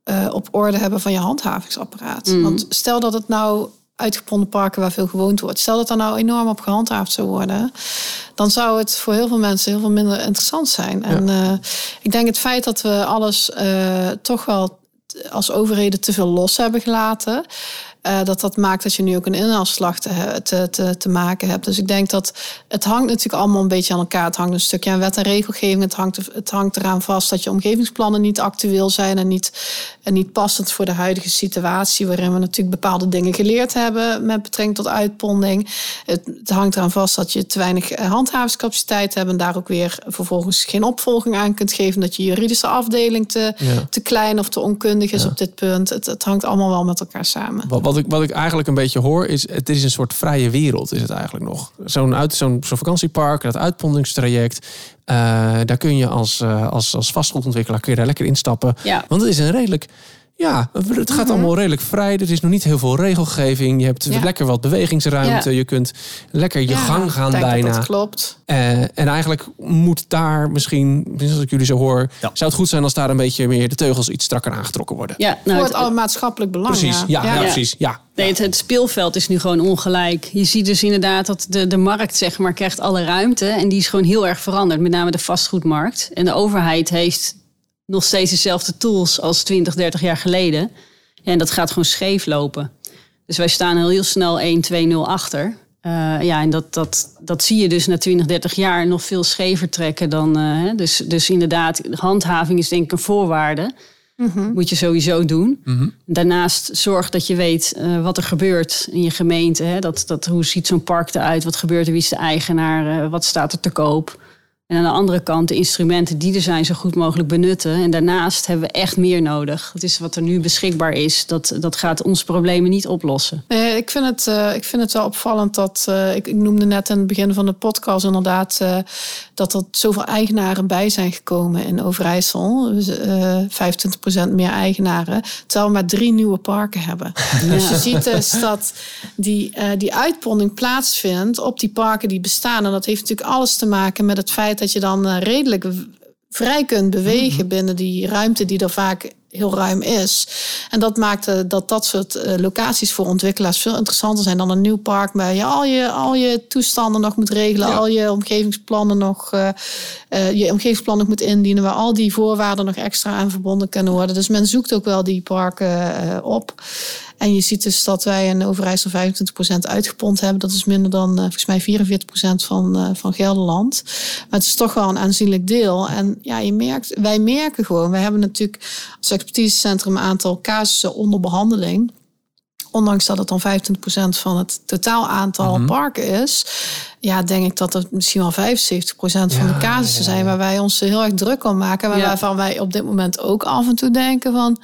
uh, op orde hebben van je handhavingsapparaat. Mm. Want stel dat het nou uitgeponden parken waar veel gewoond wordt. Stel dat er nou enorm op gehandhaafd zou worden. Dan zou het voor heel veel mensen heel veel minder interessant zijn. Ja. En uh, ik denk het feit dat we alles uh, toch wel als overheden te veel los hebben gelaten. Uh, dat dat maakt dat je nu ook een inhaalslag te, te, te, te maken hebt. Dus ik denk dat het hangt natuurlijk allemaal een beetje aan elkaar. Het hangt een stukje aan wet en regelgeving. Het hangt, het hangt eraan vast dat je omgevingsplannen niet actueel zijn en niet, en niet passend voor de huidige situatie, waarin we natuurlijk bepaalde dingen geleerd hebben met betrekking tot uitponding. Het, het hangt eraan vast dat je te weinig handhavingscapaciteit hebt en daar ook weer vervolgens geen opvolging aan kunt geven. Dat je juridische afdeling te, ja. te klein of te onkundig is ja. op dit punt. Het, het hangt allemaal wel met elkaar samen. Wat, wat, ik, wat ik eigenlijk een beetje hoor is, het is een soort vrije wereld is het eigenlijk nog. Zo'n, uit, zo'n, zo'n vakantiepark, dat uitpondingstraject. Uh, daar kun je als, uh, als, als vastgoedontwikkelaar kun je daar lekker instappen. Ja. Want het is een redelijk... Ja, het gaat allemaal redelijk vrij. Er is nog niet heel veel regelgeving. Je hebt ja. lekker wat bewegingsruimte. Ja. Je kunt lekker je ja, gang gaan denk bijna. Dat, dat klopt. Uh, en eigenlijk moet daar misschien, als ik jullie zo hoor, ja. zou het goed zijn als daar een beetje meer de teugels iets strakker aangetrokken worden. Ja, nou, voor het, het maatschappelijk belang. Precies, ja, ja. ja, ja precies. Ja. Nee, het, het speelveld is nu gewoon ongelijk. Je ziet dus inderdaad dat de, de markt zeg maar krijgt alle ruimte. En die is gewoon heel erg veranderd. Met name de vastgoedmarkt. En de overheid heeft nog steeds dezelfde tools als twintig, dertig jaar geleden. Ja, en dat gaat gewoon scheef lopen. Dus wij staan heel, heel snel één, twee, nul achter. Uh, ja, en dat, dat, dat zie je dus na twintig, dertig jaar nog veel schever trekken dan... Uh, dus, dus inderdaad, handhaving is denk ik een voorwaarde. Mm-hmm. Moet je sowieso doen. Mm-hmm. Daarnaast zorg dat je weet uh, wat er gebeurt in je gemeente. Hè? Dat, dat, hoe ziet zo'n park eruit? Wat gebeurt er? Wie is de eigenaar? Uh, wat staat er te koop? En aan de andere kant de instrumenten die er zijn zo goed mogelijk benutten. En daarnaast hebben we echt meer nodig. Dat is wat er nu beschikbaar is. Dat, dat gaat onze problemen niet oplossen. Nee, ik, vind het, uh, ik vind het wel opvallend dat... Uh, ik, ik noemde net aan het begin van de podcast inderdaad... Uh, dat er zoveel eigenaren bij zijn gekomen in Overijssel. Dus, uh, vijfentwintig procent meer eigenaren. Terwijl we maar drie nieuwe parken hebben. Ja. Dus je ziet dus dat die, uh, die uitponding plaatsvindt op die parken die bestaan. En dat heeft natuurlijk alles te maken met het feit dat je dan uh, redelijk vrij kunt bewegen mm-hmm. binnen die ruimte die er vaak heel ruim is. En dat maakt uh, dat dat soort uh, locaties voor ontwikkelaars veel interessanter zijn dan een nieuw park waar je al je, al je toestanden nog moet regelen, ja. al je omgevingsplannen nog, uh, uh, je omgevingsplannen nog moet indienen, waar al die voorwaarden nog extra aan verbonden kunnen worden. Dus men zoekt ook wel die parken uh, op. En je ziet dus dat wij in Overijssel vijfentwintig procent uitgepond hebben. Dat is minder dan uh, volgens mij vierenveertig procent van, uh, van Gelderland. Maar het is toch wel een aanzienlijk deel. En ja, je merkt, wij merken gewoon, wij hebben natuurlijk als expertisecentrum een aantal casussen onder behandeling. Ondanks dat het dan vijfentwintig procent van het totaal aantal mm-hmm. parken is. Ja, denk ik dat het misschien wel vijfenzeventig procent van ja, de casussen ja, ja. zijn waar wij ons heel erg druk om maken. Maar ja. waarvan wij op dit moment ook af en toe denken van,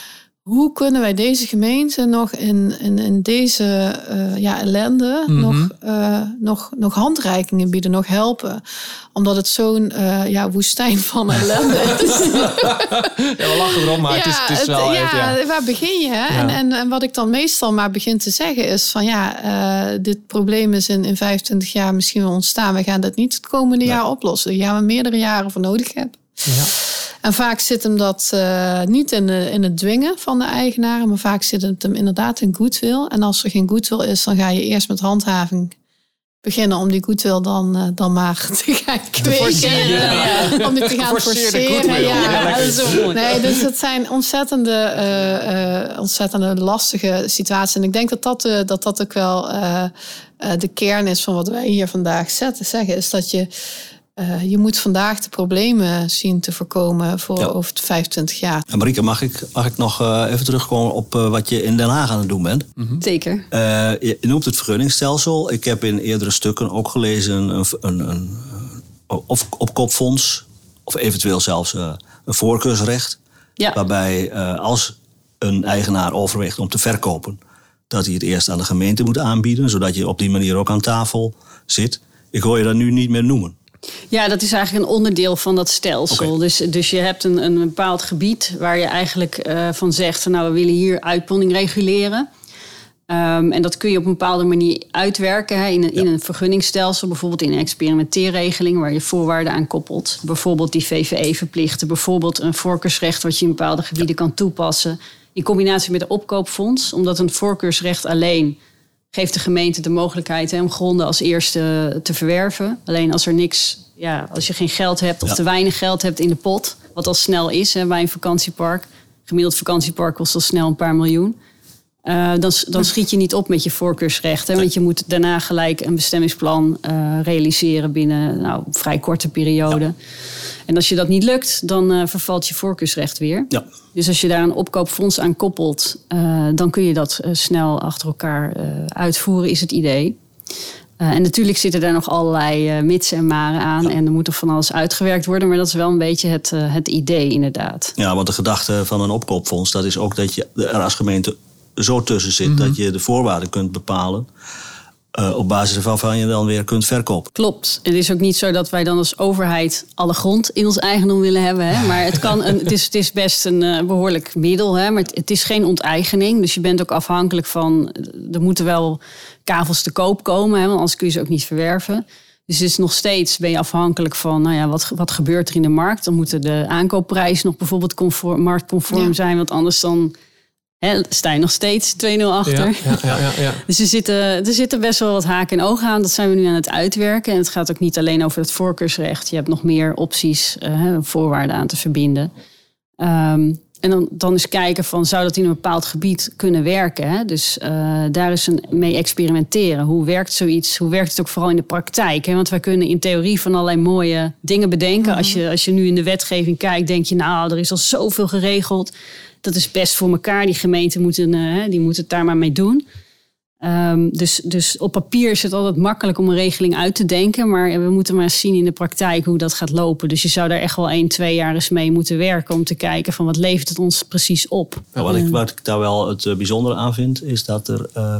hoe kunnen wij deze gemeente nog in, in, in deze uh, ja, ellende mm-hmm. nog, uh, nog, nog handreikingen bieden, nog helpen? Omdat het zo'n uh, ja, woestijn van ellende is. Ja, we lachen erom, maar ja, het is, het is wel... Het, even, ja, ja, waar begin je? Hè? Ja. En, en, en wat ik dan meestal maar begin te zeggen is van ja, uh, dit probleem is in, in vijfentwintig jaar misschien wel ontstaan. We gaan dat niet het komende nee. jaar oplossen. Daar gaan we meerdere jaren voor nodig hebben. Ja. En vaak zit hem dat uh, niet in, de, in het dwingen van de eigenaren, maar vaak zit het hem inderdaad in goodwill. En als er geen goodwill is, dan ga je eerst met handhaving beginnen om die goodwill dan, uh, dan maar te gaan kweken. Ja. Om die te gaan forceren. Ja, ja, dat is zo mooi. Nee, dus het zijn ontzettende, uh, uh, ontzettende lastige situaties. En ik denk dat dat, uh, dat, dat ook wel uh, uh, de kern is van wat wij hier vandaag zetten, zeggen. Is dat je... Uh, je moet vandaag de problemen zien te voorkomen voor ja. over vijfentwintig jaar. En Marieke, mag ik, mag ik nog uh, even terugkomen op uh, wat je in Den Haag aan het doen bent? Mm-hmm. Zeker. Uh, je noemt het vergunningsstelsel. Ik heb in eerdere stukken ook gelezen een, een, een, of opkoopfonds of eventueel zelfs uh, een voorkeursrecht. Ja. Waarbij uh, als een eigenaar overweegt om te verkopen, dat hij het eerst aan de gemeente moet aanbieden, zodat je op die manier ook aan tafel zit. Ik hoor je dat nu niet meer noemen. Ja, dat is eigenlijk een onderdeel van dat stelsel. Okay. Dus, dus je hebt een, een bepaald gebied waar je eigenlijk uh, van zegt van nou, we willen hier uitponding reguleren. Um, en dat kun je op een bepaalde manier uitwerken hè, in, een, ja. in een vergunningsstelsel. Bijvoorbeeld in een experimenteerregeling waar je voorwaarden aan koppelt. Bijvoorbeeld die V V E verplichten. Bijvoorbeeld een voorkeursrecht wat je in bepaalde gebieden ja. kan toepassen. In combinatie met een opkoopfonds. Omdat een voorkeursrecht alleen geeft de gemeente de mogelijkheid hè, om gronden als eerste te verwerven. Alleen als er niks, ja, als je geen geld hebt of ja. te weinig geld hebt in de pot. Wat al snel is hè, bij een vakantiepark. Gemiddeld vakantiepark kost al snel een paar miljoen. Uh, dan, dan schiet je niet op met je voorkeursrecht. Hè, want je moet daarna gelijk een bestemmingsplan uh, realiseren binnen nou, een vrij korte periode. Ja. En als je dat niet lukt, dan uh, vervalt je voorkeursrecht weer. Ja. Dus als je daar een opkoopfonds aan koppelt, uh, dan kun je dat uh, snel achter elkaar uh, uitvoeren, is het idee. Uh, en natuurlijk zitten daar nog allerlei uh, mitsen en maren aan. Ja. En er moet er van alles uitgewerkt worden. Maar dat is wel een beetje het, uh, het idee inderdaad. Ja, want de gedachte van een opkoopfonds, dat is ook dat je er als gemeente zo tussen zit mm-hmm. dat je de voorwaarden kunt bepalen. Uh, op basis waarvan je dan weer kunt verkopen. Klopt. Het is ook niet zo dat wij dan als overheid alle grond in ons eigendom willen hebben. Hè? Maar het, kan een, het, is, het is best een uh, behoorlijk middel. Hè? Maar het, het is geen onteigening. Dus je bent ook afhankelijk van, er moeten wel kavels te koop komen. Hè? Want anders kun je ze ook niet verwerven. Dus het is nog steeds, ben je afhankelijk van, nou ja, wat, wat gebeurt er in de markt? Dan moeten de aankoopprijzen nog bijvoorbeeld conform, marktconform ja. zijn. Want anders dan He, sta je nog steeds twee nul achter. Ja, ja, ja, ja, ja. Dus er zitten, er zitten best wel wat haken en ogen aan. Dat zijn we nu aan het uitwerken. En het gaat ook niet alleen over het voorkeursrecht. Je hebt nog meer opties, uh, voorwaarden aan te verbinden. Um, en dan, dan eens kijken van, zou dat in een bepaald gebied kunnen werken? Hè? Dus uh, daar eens een, mee experimenteren. Hoe werkt zoiets? Hoe werkt het ook vooral in de praktijk? Hè? Want wij kunnen in theorie van allerlei mooie dingen bedenken. Mm-hmm. Als je, als je nu in de wetgeving kijkt, denk je, nou, er is al zoveel geregeld. Dat is best voor elkaar. Die gemeenten moeten, uh, die moeten het daar maar mee doen. Um, dus, dus op papier is het altijd makkelijk om een regeling uit te denken. Maar we moeten maar eens zien in de praktijk hoe dat gaat lopen. Dus je zou daar echt wel één, twee jaar eens mee moeten werken. Om te kijken van wat levert het ons precies op. Nou, wat, ik, wat ik daar wel het uh, bijzondere aan vind. Is dat er uh,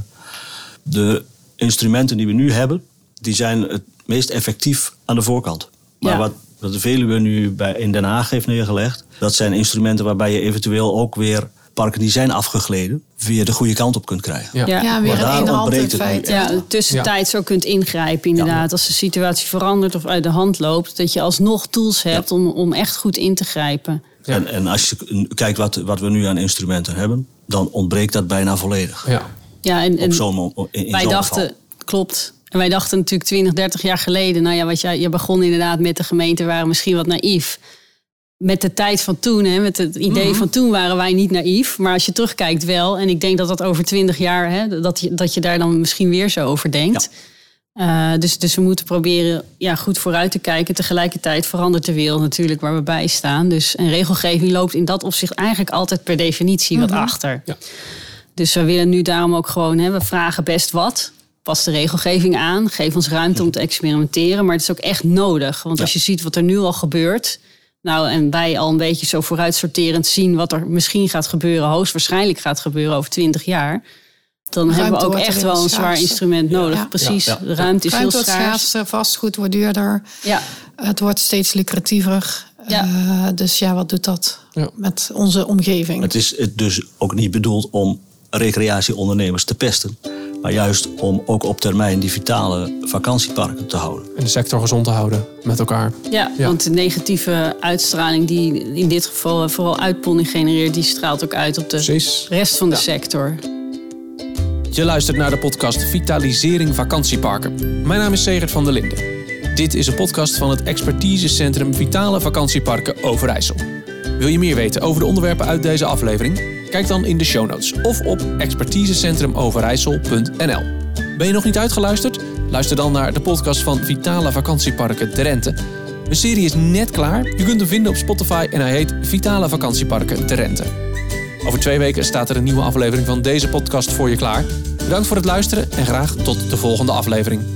de instrumenten die we nu hebben. Die zijn het meest effectief aan de voorkant. Maar ja. wat... wat de Veluwe nu bij, in Den Haag heeft neergelegd. Dat zijn instrumenten waarbij je eventueel ook weer parken die zijn afgegleden weer de goede kant op kunt krijgen. Ja, ja weer maar daar ontbreekt het nu. Ja, tussentijds ja. ook kunt ingrijpen inderdaad. Ja. Als de situatie verandert of uit de hand loopt. Dat je alsnog tools hebt ja. om, om echt goed in te grijpen. Ja. En, en als je kijkt wat, wat we nu aan instrumenten hebben. Dan ontbreekt dat bijna volledig. Ja, ja en, en op zo'n, in, in wij zo'n dachten, geval. Klopt. En wij dachten natuurlijk twintig, dertig jaar geleden. Nou ja, wat jij, je begon inderdaad met de gemeenten waren misschien wat naïef. Met de tijd van toen, hè, met het idee mm-hmm. van toen waren wij niet naïef. Maar als je terugkijkt wel. En ik denk dat dat over twintig jaar, hè, dat, je, dat je daar dan misschien weer zo over denkt. Ja. Uh, dus, dus we moeten proberen ja, goed vooruit te kijken. Tegelijkertijd verandert de wereld natuurlijk waar we bij staan. Dus een regelgeving loopt in dat opzicht eigenlijk altijd per definitie mm-hmm. wat achter. Ja. Dus we willen nu daarom ook gewoon, hè, we vragen best wat. Pas de regelgeving aan, geef ons ruimte om te experimenteren. Maar het is ook echt nodig. Want ja. als je ziet wat er nu al gebeurt. Nou, en wij al een beetje zo vooruitsorterend zien wat er misschien gaat gebeuren. Hoogstwaarschijnlijk gaat gebeuren over twintig jaar. Dan ruimte hebben we ook echt wel een zwaar schaarste. instrument nodig. Ja. Precies, ja. Ja. de ruimte is ruimte heel schaars. schaars. Vastgoed wordt duurder. Ja. Het wordt steeds lucratiever. Ja. Uh, dus ja, wat doet dat ja. met onze omgeving? Het is dus ook niet bedoeld om recreatieondernemers te pesten. Maar juist om ook op termijn die vitale vakantieparken te houden. En de sector gezond te houden met elkaar. Ja, ja. want de negatieve uitstraling die in dit geval vooral uitponding genereert, die straalt ook uit op de Precies. rest van de ja. sector. Je luistert naar de podcast Vitalisering Vakantieparken. Mijn naam is Segert van der Linden. Dit is een podcast van het expertisecentrum Vitale Vakantieparken Overijssel. Wil je meer weten over de onderwerpen uit deze aflevering? Kijk dan in de show notes of op expertisecentrum overijssel punt n l. Ben je nog niet uitgeluisterd? Luister dan naar de podcast van Vitale Vakantieparken Drenthe. De serie is net klaar. Je kunt hem vinden op Spotify en hij heet Vitale Vakantieparken Drenthe. Over twee weken staat er een nieuwe aflevering van deze podcast voor je klaar. Bedankt voor het luisteren en graag tot de volgende aflevering.